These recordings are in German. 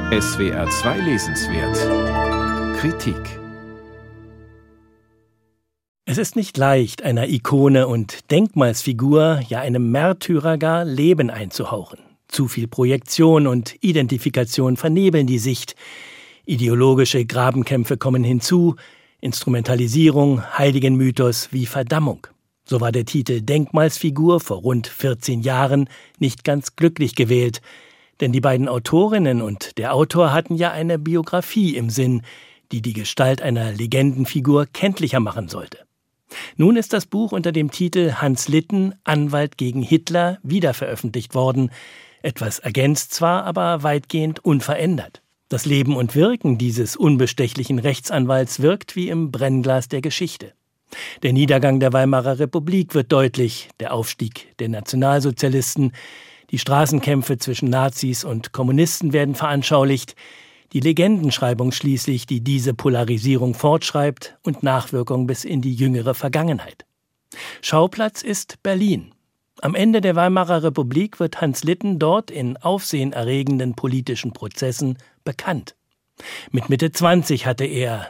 SWR 2 lesenswert Kritik. Es ist nicht leicht, einer Ikone und Denkmalsfigur, ja einem Märtyrer gar, Leben einzuhauchen. Zu viel Projektion und Identifikation vernebeln die Sicht. Ideologische Grabenkämpfe kommen hinzu, Instrumentalisierung, Heiligenmythos wie Verdammung. So war der Titel Denkmalsfigur vor rund 14 Jahren nicht ganz glücklich gewählt, denn die beiden Autorinnen und der Autor hatten ja eine Biografie im Sinn, die die Gestalt einer Legendenfigur kenntlicher machen sollte. Nun ist das Buch unter dem Titel Hans Litten, Anwalt gegen Hitler, wiederveröffentlicht worden, etwas ergänzt zwar, aber weitgehend unverändert. Das Leben und Wirken dieses unbestechlichen Rechtsanwalts wirkt wie im Brennglas der Geschichte. Der Niedergang der Weimarer Republik wird deutlich, der Aufstieg der Nationalsozialisten, die Straßenkämpfe zwischen Nazis und Kommunisten werden veranschaulicht, die Legendenschreibung schließlich, die diese Polarisierung fortschreibt und Nachwirkung bis in die jüngere Vergangenheit. Schauplatz ist Berlin. Am Ende der Weimarer Republik wird Hans Litten dort in aufsehenerregenden politischen Prozessen bekannt. Mit Mitte 20 hatte er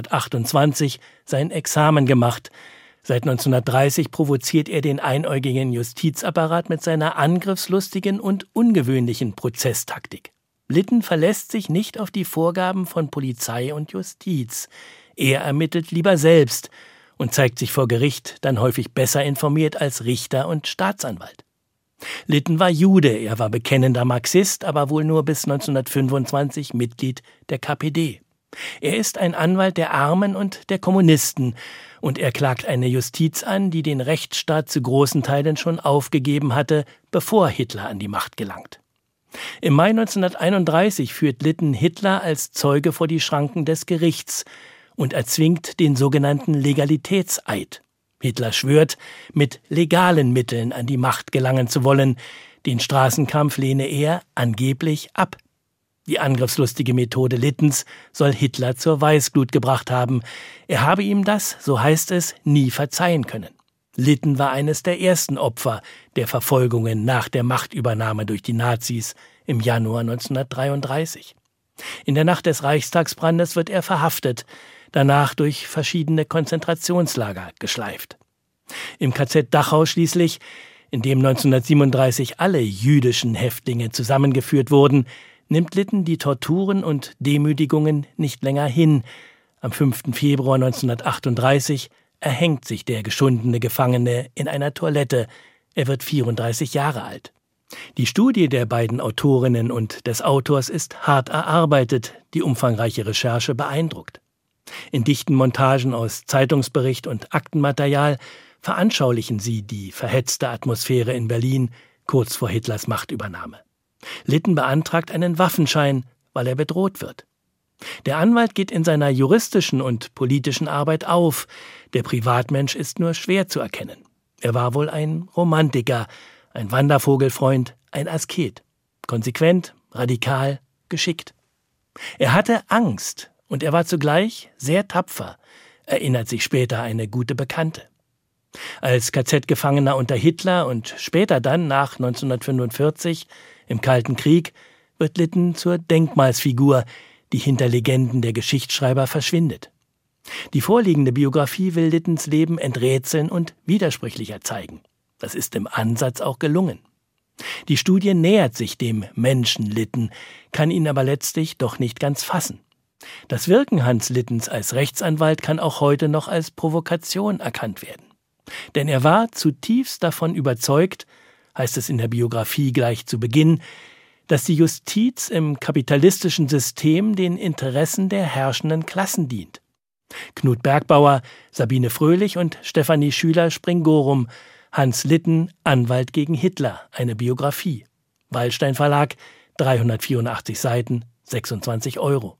1928 sein Examen gemacht. Seit 1930 provoziert er den einäugigen Justizapparat mit seiner angriffslustigen und ungewöhnlichen Prozesstaktik. Litten verlässt sich nicht auf die Vorgaben von Polizei und Justiz. Er ermittelt lieber selbst und zeigt sich vor Gericht dann häufig besser informiert als Richter und Staatsanwalt. Litten war Jude, er war bekennender Marxist, aber wohl nur bis 1925 Mitglied der KPD. Er ist ein Anwalt der Armen und der Kommunisten und er klagt eine Justiz an, die den Rechtsstaat zu großen Teilen schon aufgegeben hatte, bevor Hitler an die Macht gelangt. Im Mai 1931 führt Litten Hitler als Zeuge vor die Schranken des Gerichts und erzwingt den sogenannten Legalitätseid. Hitler schwört, mit legalen Mitteln an die Macht gelangen zu wollen. Den Straßenkampf lehne er angeblich ab. Die angriffslustige Methode Littens soll Hitler zur Weißglut gebracht haben. Er habe ihm das, so heißt es, nie verzeihen können. Litten war eines der ersten Opfer der Verfolgungen nach der Machtübernahme durch die Nazis im Januar 1933. In der Nacht des Reichstagsbrandes wird er verhaftet, danach durch verschiedene Konzentrationslager geschleift. Im KZ Dachau schließlich, in dem 1937 alle jüdischen Häftlinge zusammengeführt wurden, nimmt Litten die Torturen und Demütigungen nicht länger hin. Am 5. Februar 1938 erhängt sich der geschundene Gefangene in einer Toilette. Er wird 34 Jahre alt. Die Studie der beiden Autorinnen und des Autors ist hart erarbeitet, die umfangreiche Recherche beeindruckt. In dichten Montagen aus Zeitungsbericht und Aktenmaterial veranschaulichen sie die verhetzte Atmosphäre in Berlin kurz vor Hitlers Machtübernahme. Litten beantragt einen Waffenschein, weil er bedroht wird. Der Anwalt geht in seiner juristischen und politischen Arbeit auf. Der Privatmensch ist nur schwer zu erkennen. Er war wohl ein Romantiker, ein Wandervogelfreund, ein Asket. Konsequent, radikal, geschickt. Er hatte Angst und er war zugleich sehr tapfer, erinnert sich später eine gute Bekannte. Als KZ-Gefangener unter Hitler und später dann nach 1945 im Kalten Krieg wird Litten zur Denkmalsfigur, die hinter Legenden der Geschichtsschreiber verschwindet. Die vorliegende Biografie will Littens Leben enträtseln und widersprüchlicher zeigen. Das ist im Ansatz auch gelungen. Die Studie nähert sich dem Menschen Litten, kann ihn aber letztlich doch nicht ganz fassen. Das Wirken Hans Littens als Rechtsanwalt kann auch heute noch als Provokation erkannt werden. Denn er war zutiefst davon überzeugt, heißt es in der Biografie gleich zu Beginn, dass die Justiz im kapitalistischen System den Interessen der herrschenden Klassen dient. Knut Bergbauer, Sabine Fröhlich und Stefanie Schüler-Springorum, Hans Litten, Anwalt gegen Hitler, eine Biografie. Wallstein Verlag, 384 Seiten, 26 €.